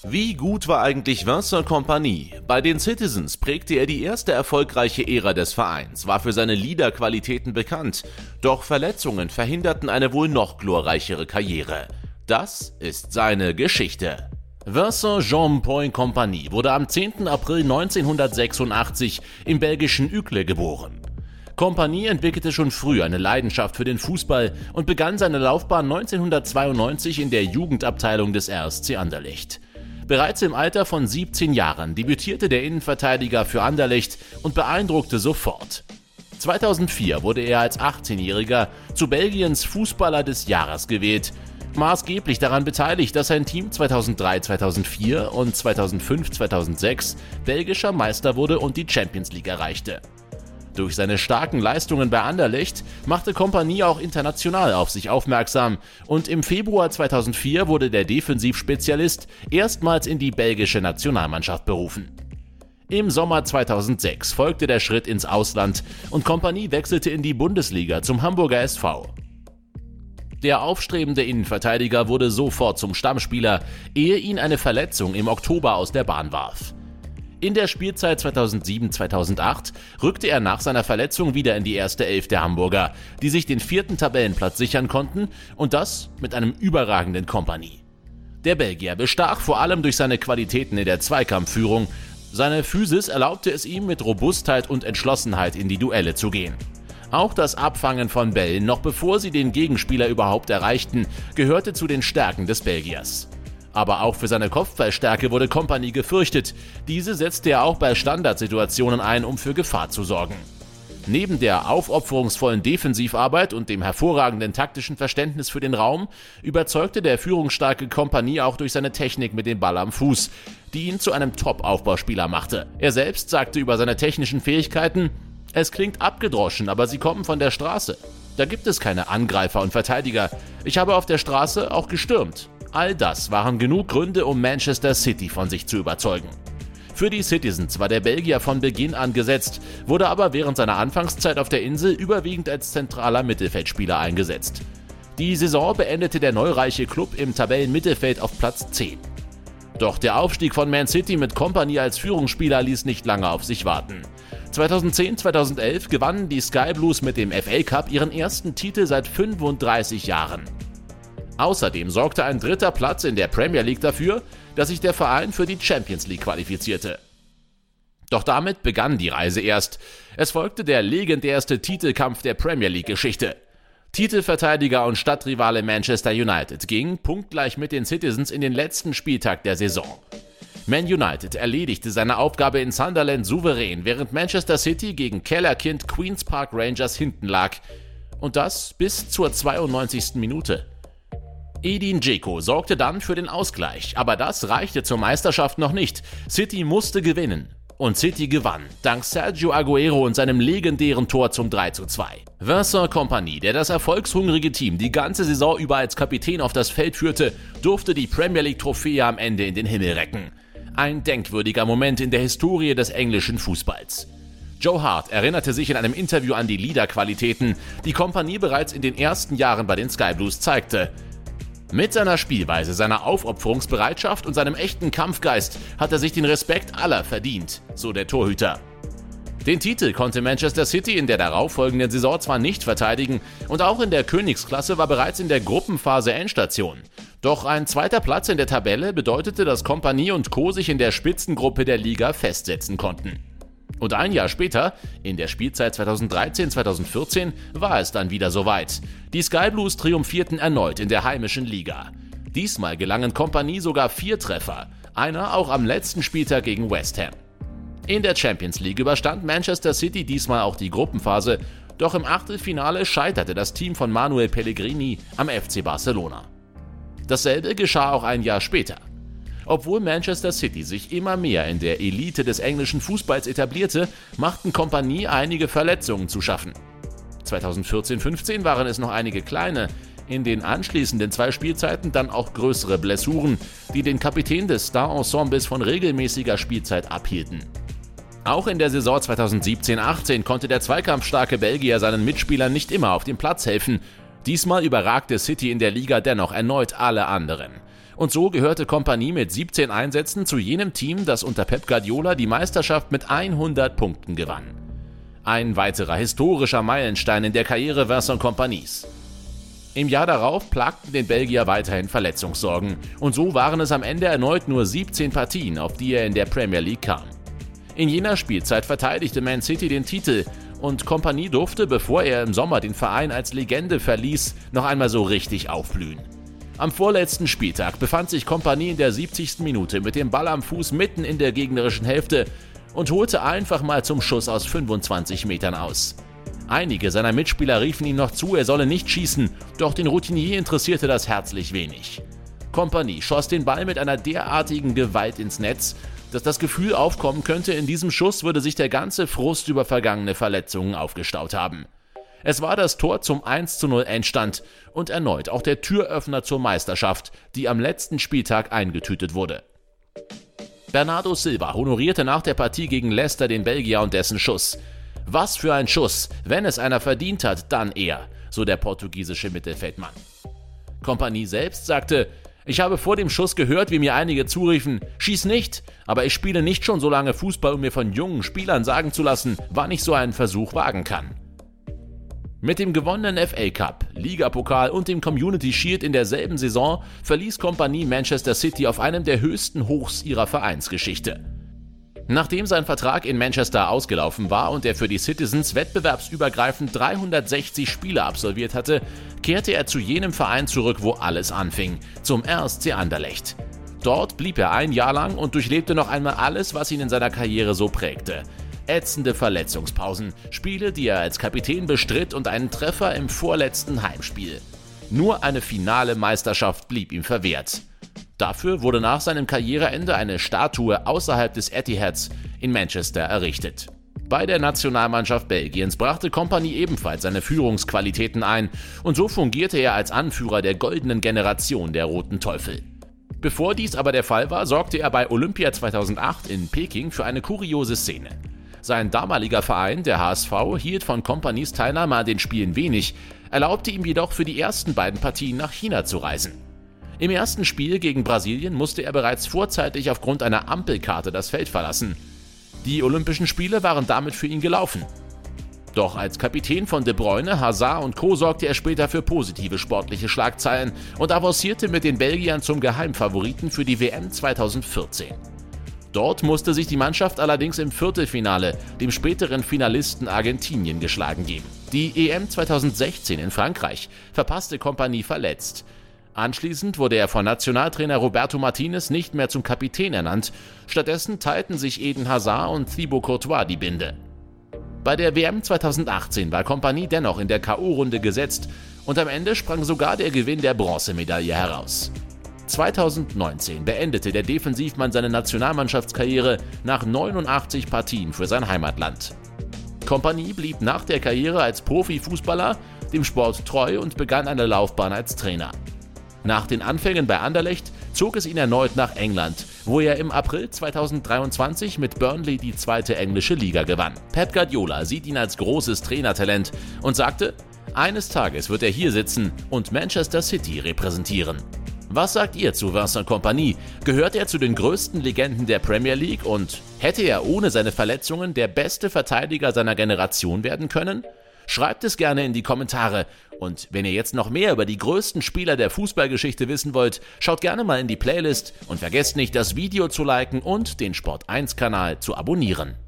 Wie gut war eigentlich Vincent Kompany? Bei den Citizens prägte er die erste erfolgreiche Ära des Vereins, war für seine Leader-Qualitäten bekannt, doch Verletzungen verhinderten eine wohl noch glorreichere Karriere. Das ist seine Geschichte. Vincent Jean-Paul Kompany wurde am 10. April 1986 im belgischen Uccle geboren. Kompany entwickelte schon früh eine Leidenschaft für den Fußball und begann seine Laufbahn 1992 in der Jugendabteilung des RSC Anderlecht. Bereits im Alter von 17 Jahren debütierte der Innenverteidiger für Anderlecht und beeindruckte sofort. 2004 wurde er als 18-Jähriger zu Belgiens Fußballer des Jahres gewählt, maßgeblich daran beteiligt, dass sein Team 2003/2004 und 2005/2006 belgischer Meister wurde und die Champions League erreichte. Durch seine starken Leistungen bei Anderlecht machte Kompany auch international auf sich aufmerksam und im Februar 2004 wurde der Defensivspezialist erstmals in die belgische Nationalmannschaft berufen. Im Sommer 2006 folgte der Schritt ins Ausland und Kompany wechselte in die Bundesliga zum Hamburger SV. Der aufstrebende Innenverteidiger wurde sofort zum Stammspieler, ehe ihn eine Verletzung im Oktober aus der Bahn warf. In der Spielzeit 2007/2008 rückte er nach seiner Verletzung wieder in die erste Elf der Hamburger, die sich den 4. Tabellenplatz sichern konnten und das mit einem überragenden Kompany. Der Belgier bestach vor allem durch seine Qualitäten in der Zweikampfführung. Seine Physis erlaubte es ihm, mit Robustheit und Entschlossenheit in die Duelle zu gehen. Auch das Abfangen von Bällen, noch bevor sie den Gegenspieler überhaupt erreichten, gehörte zu den Stärken des Belgiers. Aber auch für seine Kopfballstärke wurde Kompany gefürchtet. Diese setzte er auch bei Standardsituationen ein, um für Gefahr zu sorgen. Neben der aufopferungsvollen Defensivarbeit und dem hervorragenden taktischen Verständnis für den Raum überzeugte der führungsstarke Kompany auch durch seine Technik mit dem Ball am Fuß, die ihn zu einem Top-Aufbauspieler machte. Er selbst sagte über seine technischen Fähigkeiten: „Es klingt abgedroschen, aber sie kommen von der Straße. Da gibt es keine Angreifer und Verteidiger. Ich habe auf der Straße auch gestürmt." All das waren genug Gründe, um Manchester City von sich zu überzeugen. Für die Citizens war der Belgier von Beginn an gesetzt, wurde aber während seiner Anfangszeit auf der Insel überwiegend als zentraler Mittelfeldspieler eingesetzt. Die Saison beendete der neureiche Klub im Tabellenmittelfeld auf Platz 10. Doch der Aufstieg von Man City mit Kompany als Führungsspieler ließ nicht lange auf sich warten. 2010/2011 gewannen die Sky Blues mit dem FA Cup ihren ersten Titel seit 35 Jahren. Außerdem sorgte ein 3. Platz in der Premier League dafür, dass sich der Verein für die Champions League qualifizierte. Doch damit begann die Reise erst. Es folgte der legendärste Titelkampf der Premier League-Geschichte. Titelverteidiger und Stadtrivale Manchester United ging punktgleich mit den Citizens in den letzten Spieltag der Saison. Man United erledigte seine Aufgabe in Sunderland souverän, während Manchester City gegen Kellerkind Queen's Park Rangers hinten lag. Und das bis zur 92. Minute. Edin Dzeko sorgte dann für den Ausgleich, aber das reichte zur Meisterschaft noch nicht. City musste gewinnen. Und City gewann, dank Sergio Aguero und seinem legendären Tor zum 3:2. Vincent Kompany, der das erfolgshungrige Team die ganze Saison über als Kapitän auf das Feld führte, durfte die Premier League-Trophäe am Ende in den Himmel recken. Ein denkwürdiger Moment in der Historie des englischen Fußballs. Joe Hart erinnerte sich in einem Interview an die Leaderqualitäten, die Kompany bereits in den ersten Jahren bei den Sky Blues zeigte. Mit seiner Spielweise, seiner Aufopferungsbereitschaft und seinem echten Kampfgeist hat er sich den Respekt aller verdient, so der Torhüter. Den Titel konnte Manchester City in der darauffolgenden Saison zwar nicht verteidigen und auch in der Königsklasse war bereits in der Gruppenphase Endstation. Doch ein 2. Platz in der Tabelle bedeutete, dass Kompany und Co. sich in der Spitzengruppe der Liga festsetzen konnten. Und ein Jahr später, in der Spielzeit 2013/2014, war es dann wieder soweit. Die Sky Blues triumphierten erneut in der heimischen Liga. Diesmal gelangen Kompany sogar 4 Treffer, einer auch am letzten Spieltag gegen West Ham. In der Champions League überstand Manchester City diesmal auch die Gruppenphase, doch im Achtelfinale scheiterte das Team von Manuel Pellegrini am FC Barcelona. Dasselbe geschah auch ein Jahr später. Obwohl Manchester City sich immer mehr in der Elite des englischen Fußballs etablierte, machten Kompany einige Verletzungen zu schaffen. 2014/15 waren es noch einige kleine, in den anschließenden 2 Spielzeiten dann auch größere Blessuren, die den Kapitän des Star-Ensembles von regelmäßiger Spielzeit abhielten. Auch in der Saison 2017/18 konnte der zweikampfstarke Belgier seinen Mitspielern nicht immer auf dem Platz helfen. Diesmal überragte City in der Liga dennoch erneut alle anderen. Und so gehörte Kompanie mit 17 Einsätzen zu jenem Team, das unter Pep Guardiola die Meisterschaft mit 100 Punkten gewann. Ein weiterer historischer Meilenstein in der Karriere Vincent Kompanies. Im Jahr darauf plagten den Belgier weiterhin Verletzungssorgen und so waren es am Ende erneut nur 17 Partien, auf die er in der Premier League kam. In jener Spielzeit verteidigte Man City den Titel und Kompanie durfte, bevor er im Sommer den Verein als Legende verließ, noch einmal so richtig aufblühen. Am vorletzten Spieltag befand sich Kompanie in der 70. Minute mit dem Ball am Fuß mitten in der gegnerischen Hälfte und holte einfach mal zum Schuss aus 25 Metern aus. Einige seiner Mitspieler riefen ihm noch zu, er solle nicht schießen, doch den Routinier interessierte das herzlich wenig. Kompanie schoss den Ball mit einer derartigen Gewalt ins Netz, dass das Gefühl aufkommen könnte, in diesem Schuss würde sich der ganze Frust über vergangene Verletzungen aufgestaut haben. Es war das Tor zum 1:0 Endstand und erneut auch der Türöffner zur Meisterschaft, die am letzten Spieltag eingetütet wurde. Bernardo Silva honorierte nach der Partie gegen Leicester den Belgier und dessen Schuss. Was für ein Schuss, wenn es einer verdient hat, dann er, so der portugiesische Mittelfeldmann. Kompanie selbst sagte: Ich habe vor dem Schuss gehört, wie mir einige zuriefen, schieß nicht, aber ich spiele nicht schon so lange Fußball, um mir von jungen Spielern sagen zu lassen, wann ich so einen Versuch wagen kann. Mit dem gewonnenen FA Cup, Ligapokal und dem Community Shield in derselben Saison verließ Kompanie Manchester City auf einem der höchsten Hochs ihrer Vereinsgeschichte. Nachdem sein Vertrag in Manchester ausgelaufen war und er für die Citizens wettbewerbsübergreifend 360 Spiele absolviert hatte, kehrte er zu jenem Verein zurück, wo alles anfing, zum RSC Anderlecht. Dort blieb er ein Jahr lang und durchlebte noch einmal alles, was ihn in seiner Karriere so prägte. Ätzende Verletzungspausen, Spiele, die er als Kapitän bestritt und einen Treffer im vorletzten Heimspiel. Nur eine finale Meisterschaft blieb ihm verwehrt. Dafür wurde nach seinem Karriereende eine Statue außerhalb des Etihads in Manchester errichtet. Bei der Nationalmannschaft Belgiens brachte Kompanie ebenfalls seine Führungsqualitäten ein und so fungierte er als Anführer der goldenen Generation der Roten Teufel. Bevor dies aber der Fall war, sorgte er bei Olympia 2008 in Peking für eine kuriose Szene. Sein damaliger Verein, der HSV, hielt von Kompanies Teilnahme an den Spielen wenig, erlaubte ihm jedoch für die ersten beiden Partien nach China zu reisen. Im ersten Spiel gegen Brasilien musste er bereits vorzeitig aufgrund einer Ampelkarte das Feld verlassen. Die Olympischen Spiele waren damit für ihn gelaufen. Doch als Kapitän von De Bruyne, Hazard und Co. sorgte er später für positive sportliche Schlagzeilen und avancierte mit den Belgiern zum Geheimfavoriten für die WM 2014. Dort musste sich die Mannschaft allerdings im Viertelfinale dem späteren Finalisten Argentinien geschlagen geben. Die EM 2016 in Frankreich verpasste Kompanie verletzt. Anschließend wurde er von Nationaltrainer Roberto Martinez nicht mehr zum Kapitän ernannt, stattdessen teilten sich Eden Hazard und Thibaut Courtois die Binde. Bei der WM 2018 war Kompanie dennoch in der K.O.-Runde gesetzt und am Ende sprang sogar der Gewinn der Bronzemedaille heraus. 2019 beendete der Defensivmann seine Nationalmannschaftskarriere nach 89 Partien für sein Heimatland. Kompanie blieb nach der Karriere als Profifußballer dem Sport treu und begann eine Laufbahn als Trainer. Nach den Anfängen bei Anderlecht zog es ihn erneut nach England, wo er im April 2023 mit Burnley die zweite englische Liga gewann. Pep Guardiola sieht ihn als großes Trainertalent und sagte: Eines Tages wird er hier sitzen und Manchester City repräsentieren. Was sagt ihr zu Vincent Kompany? Gehört er zu den größten Legenden der Premier League und hätte er ohne seine Verletzungen der beste Verteidiger seiner Generation werden können? Schreibt es gerne in die Kommentare. Und wenn ihr jetzt noch mehr über die größten Spieler der Fußballgeschichte wissen wollt, schaut gerne mal in die Playlist und vergesst nicht, das Video zu liken und den Sport1-Kanal zu abonnieren.